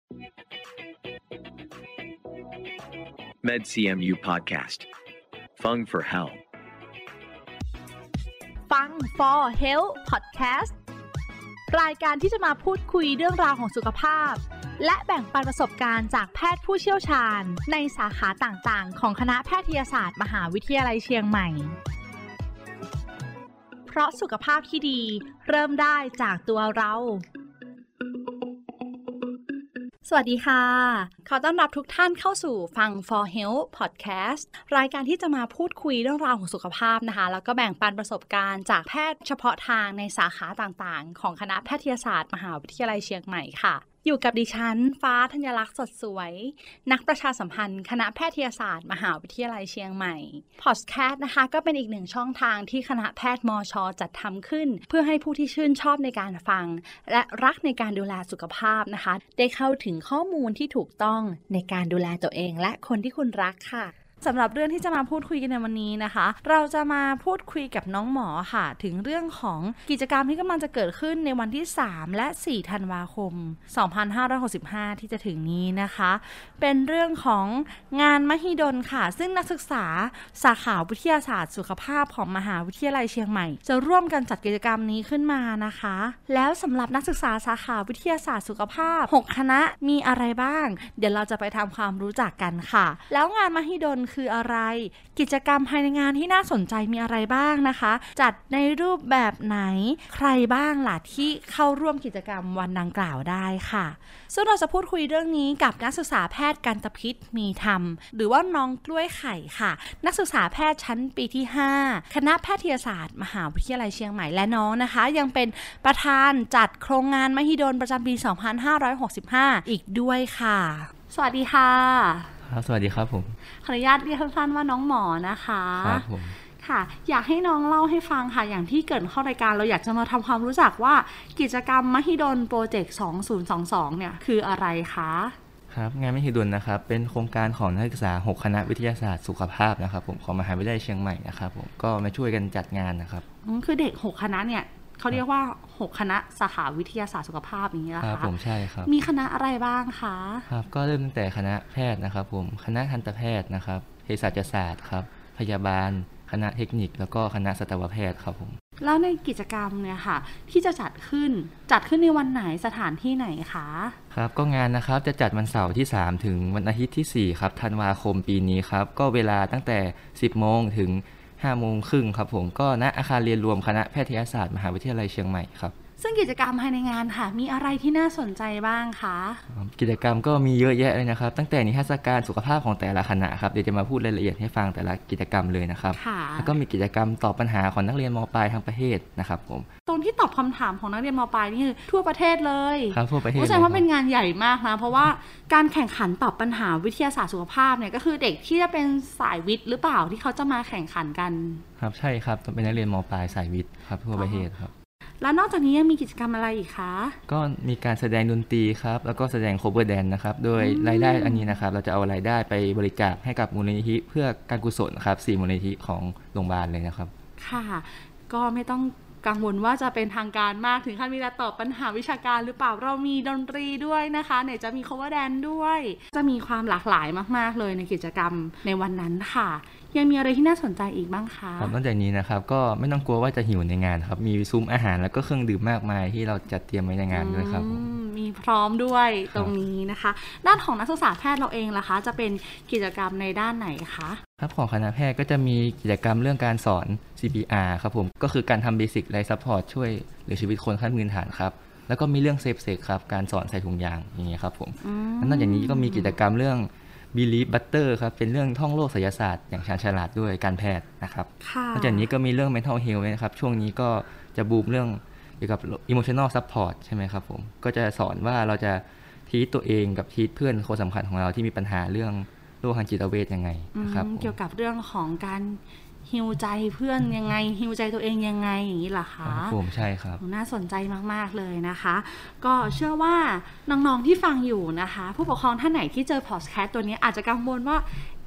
MedCMU Podcast. Fung for Hell. ฟัง for Health Podcast รายการที่จะมาพูดคุยเรื่องราวของสุขภาพและแบ่งปันประสบการณ์จากแพทย์ผู้เชี่ยวชาญในสาขาต่างๆของคณะแพทยศาสตร์มหาวิทยาลัยเชียงใหม่เพราะสุขภาพที่ดีเริ่มได้จากตัวเราสวัสดีค่ะขอต้อนรับทุกท่านเข้าสู่ฟัง For Health Podcast รายการที่จะมาพูดคุยเรื่องราวของสุขภาพนะคะแล้วก็แบ่งปันประสบการณ์จากแพทย์เฉพาะทางในสาขาต่างๆของคณะแพทยศาสตร์มหาวิทยาลัยเชียงใหม่ค่ะอยู่กับดิฉันฟ้าธัญลักษณ์สดสวยนักประชาสัมพันธ์คณะแพทยศาสตร์มหาวิทยาลัยเชียงใหม่พอดแคสต์นะคะก็เป็นอีกหนึ่งช่องทางที่คณะแพทย์มช.จัดทำขึ้นเพื่อให้ผู้ที่ชื่นชอบในการฟังและรักในการดูแลสุขภาพนะคะได้เข้าถึงข้อมูลที่ถูกต้องในการดูแลตัวเองและคนที่คุณรักค่ะสำหรับเรื่องที่จะมาพูดคุยกันในวันนี้นะคะเราจะมาพูดคุยกับน้องหมอค่ะถึงเรื่องของกิจกรรมที่กำลังจะเกิดขึ้นในวันที่3และ4ธันวาคม2565ที่จะถึงนี้นะคะเป็นเรื่องของงานมหิดลค่ะซึ่งนักศึกษาสาขาวิทยาศาสตร์สุขภาพของมหาวิทยาลัยเชียงใหม่จะร่วมกันจัดกิจกรรมนี้ขึ้นมานะคะแล้วสำหรับนักศึกษาสาขาวิทยาศาสตร์สุขภาพ6คณะมีอะไรบ้างเดี๋ยวเราจะไปทำความรู้จักกันค่ะแล้วงานมหิดลคืออะไรกิจกรรมภายในงานที่น่าสนใจมีอะไรบ้างนะคะจัดในรูปแบบไหนใครบ้างล่ะที่เข้าร่วมกิจกรรมวันดังกล่าวได้ค่ะซึ่งเราจะพูดคุยเรื่องนี้กับนักศึกษาแพทย์กันตพิษมีธรรมหรือว่าน้องกล้วยไข่ค่ะนักศึกษาแพทย์ชั้นปีที่5คณะแพทยศาสตร์มหาวิทยาลัยเชียงใหม่และน้องนะคะยังเป็นประธานจัดโครงงานมหิดลประจำปี2565อีกด้วยค่ะสวัสดีค่ะครับสวัสดีครับผมขออนุญาตเรียกสั้นๆว่าน้องหมอนะคะครับผมค่ะอยากให้น้องเล่าให้ฟังค่ะอย่างที่เกริ่นเข้ารายการเราอยากจะมาทำความรู้จักว่ากิจกรรมมหิดลโปรเจกต์2022เนี่ยคืออะไรคะครับงานมหิดลนะครับเป็นโครงการของนักศึกษา6คณะวิทยาศาสตร์สุขภาพนะครับผมของมหาวิทยาลัยเชียงใหม่นะครับผมก็มาช่วยกันจัดงานนะครับคือเด็ก6คณะเนี่ยเขาเรียกว่า6คณะสาขาวิทยาศาสตร์สุขภาพอย่างนี้นะคะครับผมใช่ครับมีคณะอะไรบ้างคะครับก็เริ่มตั้งแต่คณะแพทย์นะครับผมคณะทันตแพทย์นะครับเภสัชศาสตร์ครับพยาบาลคณะเทคนิคแล้วก็คณะสัตวแพทย์ครับผมแล้วในกิจกรรมเนี่ยค่ะที่จะจัดขึ้นในวันไหนสถานที่ไหนคะครับก็งานนะครับจะจัดวันเสาร์ที่3ถึงวันอาทิตย์ที่4ครับธันวาคมปีนี้ครับก็เวลาตั้งแต่ 10 โมงถึง5 โมงครึ่งครับผมก็ณอาคารเรียนรวมคณะแพทยศาสตร์มหาวิทยาลัยเชียงใหม่ครับซึ่งกิจกรรมภายในงานค่ะมีอะไรที่น่าสนใจบ้างคะกิจกรรมก็มีเยอะแยะเลยนะครับตั้งแต่นิทรรศการสุขภาพของแต่ละคณะครับเดี๋ยวจะมาพูดรายละเอียดให้ฟังแต่ละกิจกรรมเลยนะครับแล้วก็มีกิจกรรมตอบปัญหาของนักเรียนม.ปลายทั้งประเทศนะครับผมตรงที่ตอบคำถามของนักเรียนม.ปลายนี่คือทั่วประเทศเลยครับทั่วประเทศแสดงว่าเป็นงานใหญ่มากนะเพราะว่าการแข่งขันตอบปัญหาวิทยาศาสตร์สุขภาพเนี่ยก็คือเด็กที่จะเป็นสายวิทย์หรือเปล่าที่เขาจะมาแข่งขันกันครับใช่ครับเป็นนักเรียนม.ปลายสายวิทย์ครับทั่วประเทศครับแล้วนอกจากนี้ยังมีกิจกรรมอะไรอีกคะก็มีการแสดงดนตรีครับแล้วก็แสดง cover dance นะครับโดยรายได้อันนี้นะครับเราจะเอารายได้ไปบริจาคให้กับมูลนิธิเพื่อการกุศลครับ4มูลนิธิของโรงพยาบาลเลยนะครับค่ะก็ไม่ต้องกังวลว่าจะเป็นทางการมากถึงขั้นมีการตอบปัญหาวิชาการหรือเปล่าเรามีดนตรีด้วยนะคะเนี่ยจะมี cover dance ด้วยจะมีความหลากหลายมากๆเลยในกิจกรรมในวันนั้นค่ะยังมีอะไรที่น่าสนใจอีกบ้างคะครับนอกจากนี้นะครับก็ไม่ต้องกลัวว่าจะหิวในงานครับมีซุ้มอาหารแล้วก็เครื่องดื่มมากมายที่เราจัดเตรียมไว้ในงานด้วยครับมีพร้อมด้วยตรงนี้นะคะด้านของนักศึกษาแพทย์เราเองล่ะคะจะเป็นกิจกรรมในด้านไหนคะครับของคณะแพทย์ก็จะมีกิจกรรมเรื่องการสอน CPR ครับผมก็คือการทำเบสิกไลฟ์ซัพพอร์ตช่วยเหลือชีวิตคนขั้นพื้นฐานครับแล้วก็มีเรื่องเซฟเซ็กครับการสอนใส่ถุงยางอย่างเงี้ยครับผมนอกจากนี้ก็มีกิจกรรมเรื่องBelieve Butter ครับเป็นเรื่องท่องโลกไสยศาสตร์อย่างชาญฉลาดด้วยการแพทย์นะครับนอกจากนี้ก็มีเรื่อง Mental Health นะครับช่วงนี้ก็จะบูมเรื่องเกี่ยวกับ Emotional Support ใช่ไหมครับผมก็จะสอนว่าเราจะทีทตัวเองกับทีทเพื่อนคนสำคัญของเราที่มีปัญหาเรื่องโรคทางจิตเวชยังไงนะครับเกี่ยวกับเรื่องของการฮีลใจเพื่อนยังไงฮีลใจตัวเองยังไงอย่างนี้เหรอคะผมใช่ครับน่าสนใจมากๆเลยนะคะก็เชื่อว่าน้องๆที่ฟังอยู่นะคะผู้ปกครองท่านไหนที่เจอพอดแคสต์ตัวนี้อาจจะกังวลว่า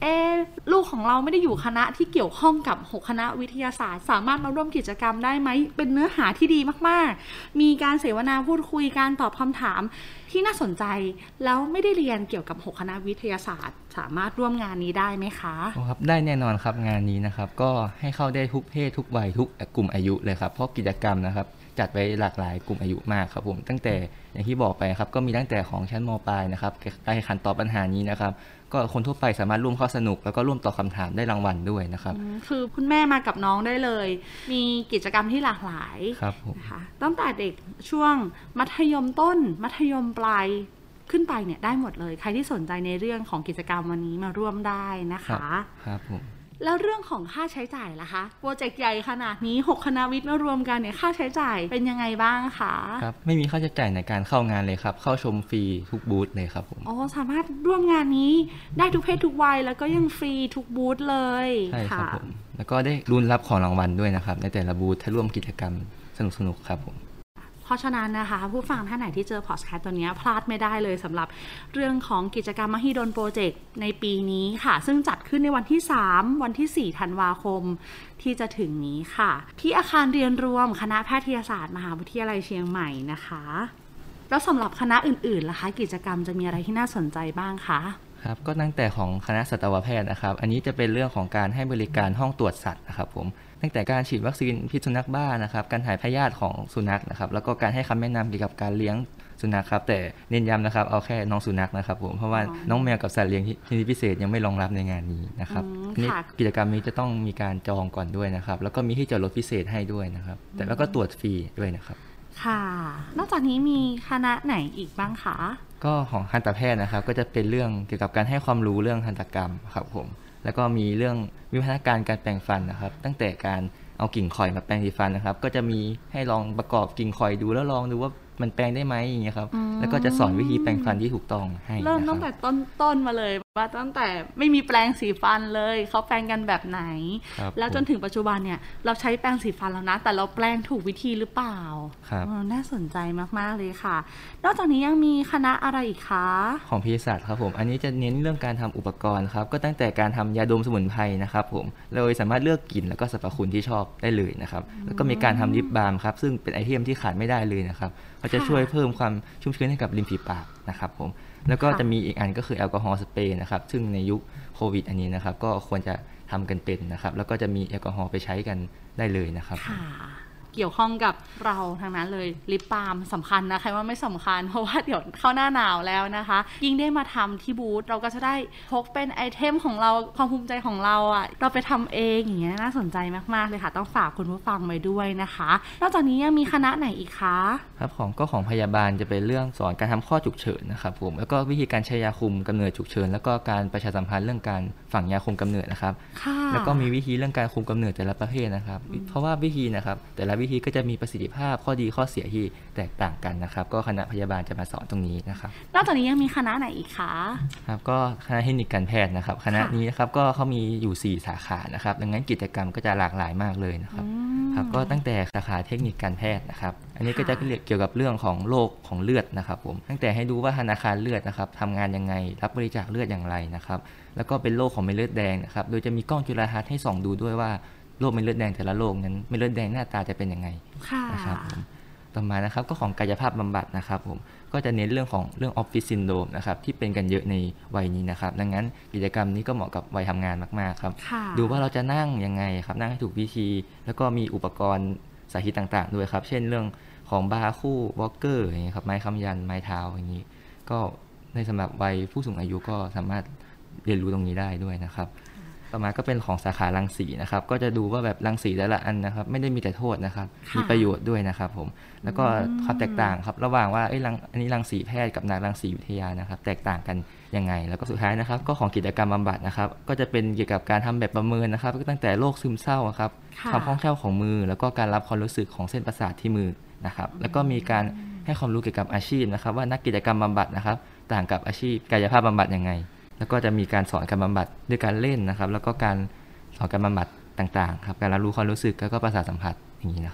ลูกของเราไม่ได้อยู่คณะที่เกี่ยวข้องกับ6คณะวิทยาศาสตร์สามารถมาร่วมกิจกรรมได้ไหมเป็นเนื้อหาที่ดีมากๆมีการเสวนาพูดคุยการตอบคำถามที่น่าสนใจแล้วไม่ได้เรียนเกี่ยวกับ6คณะวิทยาศาสตร์สามารถร่วมงานนี้ได้ไหมคะครับได้แน่นอนครับงานนี้นะครับก็ให้เข้าได้ทุกเพศทุกวัยทุกกลุ่มอายุเลยครับเพราะกิจกรรมนะครับจัดไว้หลากหลายกลุ่มอายุมากครับผมตั้งแต่อย่างที่บอกไปครับก็มีตั้งแต่ของชั้นม.ปลายนะครับการแข่งขันตอบปัญหานี้นะครับก็คนทั่วไปสามารถร่วมเข้าสนุกแล้วก็ร่วมตอบคำถามได้รางวัลด้วยนะครับคือคุณแม่มากับน้องได้เลยมีกิจกรรมที่หลากหลายครับผมนะคะตั้งแต่เด็กช่วงมัธยมต้นมัธยมปลายขึ้นไปเนี่ยได้หมดเลยใครที่สนใจในเรื่องของกิจกรรมวันนี้มาร่วมได้นะคะครับผมแล้วเรื่องของค่าใช้จ่ายล่ะคะโปรเจกต์ใหญ่ขนาดนี้6คณะวิทย์มารวมกันเนี่ยค่าใช้จ่ายเป็นยังไงบ้างคะครับไม่มีค่าใช้จ่ายในการเข้างานเลยครับเข้าชมฟรีทุกบูธเลยครับผมสามารถร่วมงานนี้ได้ทุกเพศทุกวัยแล้วก็ยังฟรีทุกบูธเลยใช่ครับผมแล้วก็ได้ลุ้นรับของรางวัลด้วยนะครับในแต่ละบูธถ้าร่วมกิจกรรมสนุกๆครับผมเพราะฉะนั้นนะคะผู้ฟังท่านไหนที่เจอพอดแคสต์ตัวนี้พลาดไม่ได้เลยสำหรับเรื่องของกิจกรรมมหิดลโปรเจกต์ในปีนี้ค่ะซึ่งจัดขึ้นในวันที่3วันที่4ธันวาคมที่จะถึงนี้ค่ะที่อาคารเรียนรวมคณะแพทยศาสตร์มหาวิทยาลัยเชียงใหม่นะคะแล้วสำหรับคณะอื่นๆล่ะคะกิจกรรมจะมีอะไรที่น่าสนใจบ้างคะครับก็ตั้งแต่ของคณะสัตวแพทย์นะครับอันนี้จะเป็นเรื่องของการให้บริการห้องตรวจสัตว์นะครับผมตั้งแต่การฉีดวัคซีนพิษสุนัขบ้านะครับการถ่ายพยาธิของสุนัขนะครับแล้วก็การให้คำแนะนำเกี่ยวกับการเลี้ยงสุนัขครับแต่เน้นย้ำนะครับเอาแค่น้องสุนัขนะครับผมเพราะว่าน้องแมวกับสัตว์เลี้ยงชนิดพิเศษยังไม่รองรับในงานนี้นะครับกิจกรรมนี้จะต้องมีการจองก่อนด้วยนะครับแล้วก็มีที่จอดรถพิเศษให้ด้วยนะครับแต่แล้วก็ตรวจฟรีด้วยนะครับค่ะนอกจากนี้มีคณะไหนอีกบ้างคะก็ของทันตแพทย์นะครับก็จะเป็นเรื่องเกี่ยวกับการให้ความรู้เรื่องทันตกรรมครับผมแล้วก็มีเรื่องวิวัฒนาการการแปรงฟันนะครับตั้งแต่การเอากิ่งข่อยมาแปรงสีฟันนะครับก็จะมีให้ลองประกอบกิ่งข่อยดูแล้วลองดูว่ามันแปรงได้ไหมอย่างเงี้ยครับแล้วก็จะสอนวิธีแปรงฟันที่ถูกต้องให้เริ่มตั้งแต่ต้นมาเลยว่าตั้งแต่ไม่มีแปรงสีฟันเลยเขาแปรงกันแบบไหนแล้วจนถึงปัจจุบันเนี่ยเราใช้แปรงสีฟันแล้วนะแต่เราแปรงถูกวิธีหรือเปล่าน่าสนใจมากๆเลยค่ะนอกจากนี้ยังมีคณะอะไรอีกคะของเภสัชครับผมอันนี้จะเน้นเรื่องการทำอุปกรณ์ครับก็ตั้งแต่การทำยาดมสมุนไพรนะครับผมเราสามารถเลือกกลิ่นแล้วก็สรรพคุณที่ชอบได้เลยนะครับแล้วก็มีการทำลิปบาล์มครับซึ่งเป็นไอเทมที่ขาดไม่ได้เลยนะครับเขาจะช่วยเพิ่มความชุ่มชื้นให้กับริมฝีปากนะครับผมแล้วก็จะมีอีกอันก็คือแอลกอฮอล์สเปรย์นะครับซึ่งในยุคโควิดอันนี้นะครับก็ควรจะทำกันเป็นนะครับแล้วก็จะมีแอลกอฮอล์ไปใช้กันได้เลยนะครับเกี่ยวข้องกับเราทางนั้นเลยลิปบาล์มสำคัญนะใครว่าไม่สำคัญเพราะว่าเดี๋ยวเข้าหน้าหนาวแล้วนะคะยิ่งได้มาทำที่บูธเราก็จะได้พกเป็นไอเทมของเราความภูมิใจของเราอ่ะเราไปทำเองอย่างเงี้ยน่าสนใจมากๆเลยค่ะต้องฝากคุณผู้ฟังไว้ด้วยนะคะนอกจากนี้ยังมีคณะไหนอีกคะครับของพยาบาลจะเป็นเรื่องสอนการทำข้อฉุกเฉินนะครับผมแล้วก็วิธีการใช้ยาคุมกำเนิดฉุกเฉินแล้วก็การประชาสัมพันธ์เรื่องการฝังยาคุมกำเนิดนะครับแล้วก็มีวิธีเรื่องการคุมกำเนิดแต่ละประเภทนะครับเพราะว่าวิธีนะครับแต่ละวิธีก็จะมีประสิทธิภาพข้อดีข้อเสียที่แตกต่างกันนะครับก็คณะพยาบาลจะมาสอนตรงนี้นะครับนอกจากนี้ยังมีคณะไหนอีกคะครับก็คณะเทคนิคการแพทย์นะครับคณะนี้นะครับก็เขามีอยู่4สาขานะครับดังนั้นกิจกรรมก็จะหลากหลายมากเลยนะครับก็ตั้งแต่สาขาเทคนิคการแพทย์นะครับอันนี้ก็จะเกี่ยวกับเรื่องของโรคของเลือดนะครับผมตั้งแต่ให้ดูว่าธนาคารเลือดนะครับทำงานยังไงรับบริจาคเลือดอย่างไรนะครับแล้วก็เป็นโรคของเม็ดเลือดแดงนะครับโดยจะมีกล้องจุลทรรศน์ให้ส่องดูด้วยว่าโรคเม็ดเลือดแดงแต่ละโรคนั้นเม็ดเลือดแดงหน้าตาจะเป็นยังไงนะครับต่อมานะครับก็ของกายภาพบำบัดนะครับผมก็จะเน้นเรื่องออฟฟิศซินโดรมนะครับที่เป็นกันเยอะในวัยนี้นะครับดังนั้นกิจกรรมนี้ก็เหมาะกับวัยทำงานมากๆครับดูว่าเราจะนั่งยังไงครับนั่งให้ถูกวิธีแล้วก็มีอุปกรณ์สาธิตต่างๆด้วยครับเช่นเรื่องของบาร์คู่วอล์กเกอร์อย่างนี้ครับไม้ค้ำยันไม้เท้าอย่างนี้ก็ในสำหรับวัยผู้สูงอายุก็สามารถเรียนรู้ตรงนี้ได้ด้วยนะครับต่อมาก็เป็นของสาขารังสีนะครับก็จะดูว่าแบบรังสีแต่ละอันนะครับไม่ได้มีแต่โทษนะครับมีประโยชน์ด้วยนะครับผมแล้วก็ความแตกต่างครับระหว่างว่าอันนี้รังสีแพทย์กับนักรังสีวิทยานะครับแตกต่างกันยังไงแล้วก็สุดท้ายนะครับก็ของกิจกรรมบำบัดนะครับก็จะเป็นเกี่ยวกับการทำแบบประเมินนะครับก็ตั้งแต่โรคซึมเศร้าครับความคล่องแคล่วของมือแล้วก็การรับความรู้สึกของเส้นประสาทที่มือนะครับแล้วก็มีการให้ความรู้เกี่ยวกับอาชีพนะครับว่านักกิจกรรมบำบัดนะครับต่างกับอาชีพกายภาพบำบัดยังไงแล้วก็จะมีการสอนการบำบัดด้วยการเล่นนะครับแล้วก็การสอนการบำบัดต่างๆครับการรับรู้ความรู้สึกแล้วก็ประสาทสัมผัสอย่างนี้นะครับ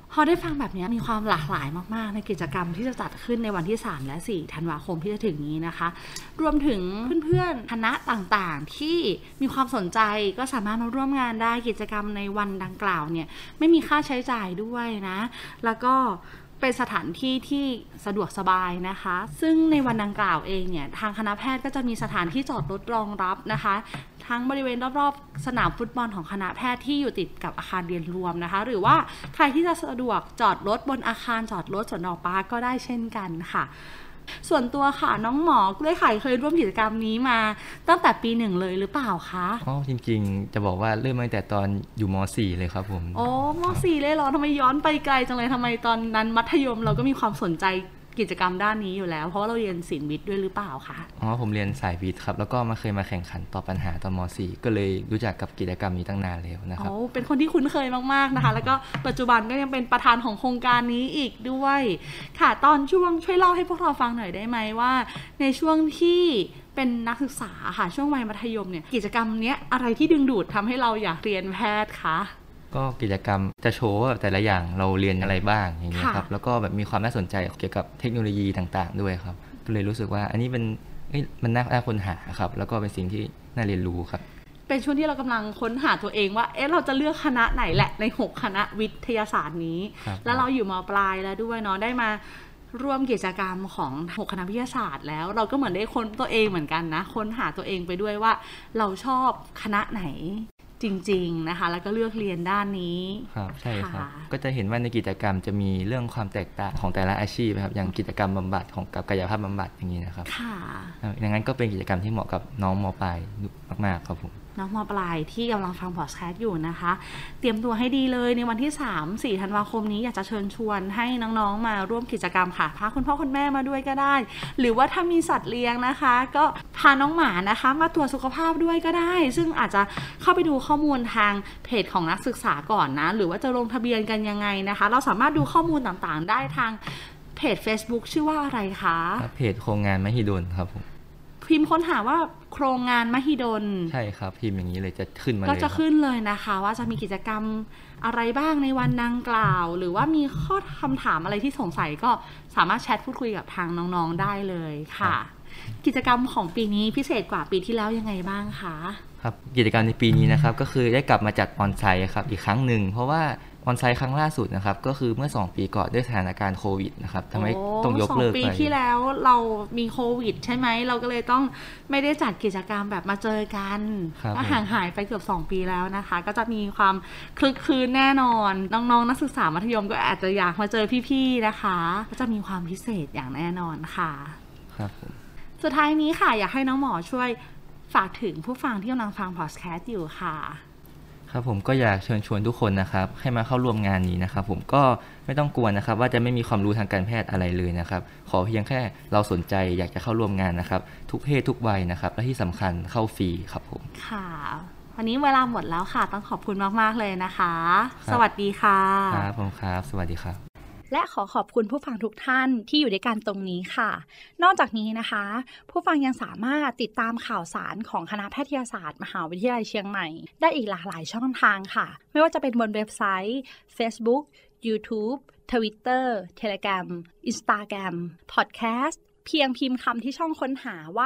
พอได้ฟังแบบนี้มีความหลากหลายมากๆในกิจกรรมที่จะจัดขึ้นในวันที่3และ4ธันวาคมที่จะถึงนี้นะคะรวมถึงเพื่อนๆคณะต่างๆที่มีความสนใจก็สามารถมาร่วมงานได้กิจกรรมในวันดังกล่าวเนี่ยไม่มีค่าใช้จ่ายด้วยนะแล้วก็เป็นสถานที่ที่สะดวกสบายนะคะซึ่งในวันดังกล่าวเองเนี่ยทางคณะแพทย์ก็จะมีสถานที่จอดรถรองรับนะคะทั้งบริเวณรอบๆสนามฟุตบอลของคณะแพทย์ที่อยู่ติดกับอาคารเรียนรวมนะคะหรือว่าใครที่จะสะดวกจอดรถบนอาคารจอดรถสวนดอกปาร์คก็ได้เช่นกันค่ะส่วนตัวค่ะน้องหมอกล้วยไข่เคยร่วมกิจกรรมนี้มาตั้งแต่ปี1เลยหรือเปล่าคะจริงๆจะบอกว่าเริ่มตั้งแต่ตอนอยู่ม.4 เลยครับผมม.4 เลยเหรอทำไมย้อนไปไกลจังเลยทำไมตอนนั้นมัธยมเราก็มีความสนใจกิจกรรมด้านนี้อยู่แล้วเพราะว่าเราเรียนศิลป์วิทย์ด้วยหรือเปล่าคะผมเรียนสายวิทย์ครับแล้วก็เคยมาแข่งขันตอบปัญหาตอนม.4 ก็เลยรู้จักกับกิจกรรมนี้ตั้งนานแล้วนะครับเป็นคนที่คุ้นเคยมากๆนะคะแล้วก็ปัจจุบันก็ยังเป็นประธานของโครงการนี้อีกด้วยค่ะตอนช่วงช่วยเล่าให้พวกเราฟังหน่อยได้ไหมว่าในช่วงที่เป็นนักศึกษาค่ะช่วงวัยมัธยมเนี่ยกิจกรรมเนี้ยอะไรที่ดึงดูดทำให้เราอยากเรียนแพทย์คะก็กิจกรรมจะโชว์แต่ละอย่างเราเรียนอะไรบ้างอย่างเงี้ยครับแล้วก็แบบมีความน่าสนใจเกี่ยวกับเทคโนโลยีต่างๆด้วยครับก็เลยรู้สึกว่าอันนี้มันน่าค้นหาครับแล้วก็เป็นสิ่งที่น่าเรียนรู้ครับเป็นช่วงที่เรากำลังค้นหาตัวเองว่าเราจะเลือกคณะไหนแหละใน6คณะวิทยาศาสตร์นี้แล้วเราอยู่ม.ปลายแล้วด้วยเนาะได้มาร่วมกิจกรรมของ6คณะวิทยาศาสตร์แล้วเราก็เหมือนได้ค้นตัวเองเหมือนกันนะค้นหาตัวเองไปด้วยว่าเราชอบคณะไหนจริงๆนะคะแล้วก็เลือกเรียนด้านนี้ครับใช่ครับก็จะเห็นว่าในกิจกรรมจะมีเรื่องความแตกต่างของแต่ละอาชีพครับอย่างกิจกรรมบำบัดของกับกายภาพบำบัดอย่างนี้นะครับค่ะดังนั้นก็เป็นกิจกรรมที่เหมาะกับน้องม.ปลายมากๆครับผมน้องม.ปลายที่กำลังฟังพอดแคสต์อยู่นะคะเตรียมตัวให้ดีเลยในวันที่ 3-4 ธันวาคมนี้อยากจะเชิญชวนให้น้องๆมาร่วมกิจกรรมค่ะพาคุณพ่อคุณแม่มาด้วยก็ได้หรือว่าถ้ามีสัตว์เลี้ยงนะคะก็พาน้องหมานะคะมาตรวจสุขภาพด้วยก็ได้ซึ่งอาจจะเข้าไปดูข้อมูลทางเพจของนักศึกษาก่อนนะหรือว่าจะลงทะเบียนกันยังไงนะคะเราสามารถดูข้อมูลต่างๆได้ทางเพจ Facebook ชื่อว่าอะไรคะเพจโครงงานมหิดลครับผมพิมพ์ค้นหาว่าโครงงานมหิดลใช่ครับพิมพ์อย่างนี้เลยจะขึ้นมาเลยก็จะขึ้นเลยนะคะว่าจะมีกิจกรรมอะไรบ้างในวันดังกล่าวหรือว่ามีข้อคำถามอะไรที่สงสัยก็สามารถแชทพูดคุยกับทางน้องๆได้เลยค่ะกิจกรรมของปีนี้พิเศษกว่าปีที่แล้วยังไงบ้างคะครับกิจกรรมในปีนี้นะครับก็คือได้กลับมาจัดออนไซต์ครับอีกครั้งหนึ่งเพราะว่าออนไซต์ครั้งล่าสุดนะครับก็คือเมื่อ2ปีก่อนด้วยสถานการณ์โควิดนะครับทำให้ต้องยกเลิกไป 2 ปีที่แล้วเรามีโควิดใช่ไหมเราก็เลยต้องไม่ได้จัดกิจกรรมแบบมาเจอกันก็ห่างหายไปเกือบ2ปีแล้วนะคะก็จะมีความคลึกครื้นแน่นอนน้องๆนักศึกษามัธยมก็อาจจะอยากมาเจอพี่ๆนะคะก็จะมีความพิเศษอย่างแน่นอนค่ะครับผมสุดท้ายนี้ค่ะอยากให้น้องหมอช่วยฝากถึงผู้ฟังที่กำลังฟังพอดแคสต์อยู่ค่ะครับผมก็อยากเชิญชวนทุกคนนะครับให้มาเข้าร่วมงานนี้นะครับผมก็ไม่ต้องกลัวนะครับว่าจะไม่มีความรู้ทางการแพทย์อะไรเลยนะครับขอเพียงแค่เราสนใจอยากจะเข้าร่วมงานนะครับทุกเพศทุกวัยนะครับและที่สำคัญเข้าฟรีครับผมค่ะวันนี้เวลาหมดแล้วค่ะต้องขอบคุณมากๆเลยนะคะสวัสดีค่ะครับผมครับสวัสดีครับและขอบคุณผู้ฟังทุกท่านที่อยู่ด้วยกันตรงนี้ค่ะนอกจากนี้นะคะผู้ฟังยังสามารถติดตามข่าวสารของคณะแพทยศาสตร์มหาวิทยาลัยเชียงใหม่ได้อีกหลากหลายช่องทางค่ะไม่ว่าจะเป็นบนเว็บไซต์ Facebook YouTube Twitter Telegram Instagram Podcast เพียงพิมพ์คำที่ช่องค้นหาว่า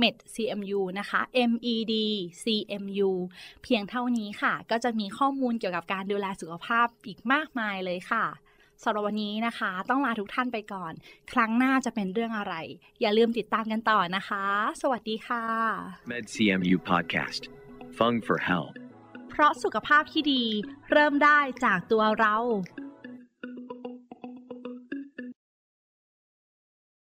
medcmu นะคะ medcmu เพียงเท่านี้ค่ะก็จะมีข้อมูลเกี่ยวกับการดูแลสุขภาพอีกมากมายเลยค่ะสำหรับวันนี้นะคะต้องลาทุกท่านไปก่อนครั้งหน้าจะเป็นเรื่องอะไรอย่าลืมติดตามกันต่อนะคะสวัสดีค่ะ MedCMU Podcast Fung for Health เพราะสุขภาพที่ดีเริ่มได้จากตัวเรา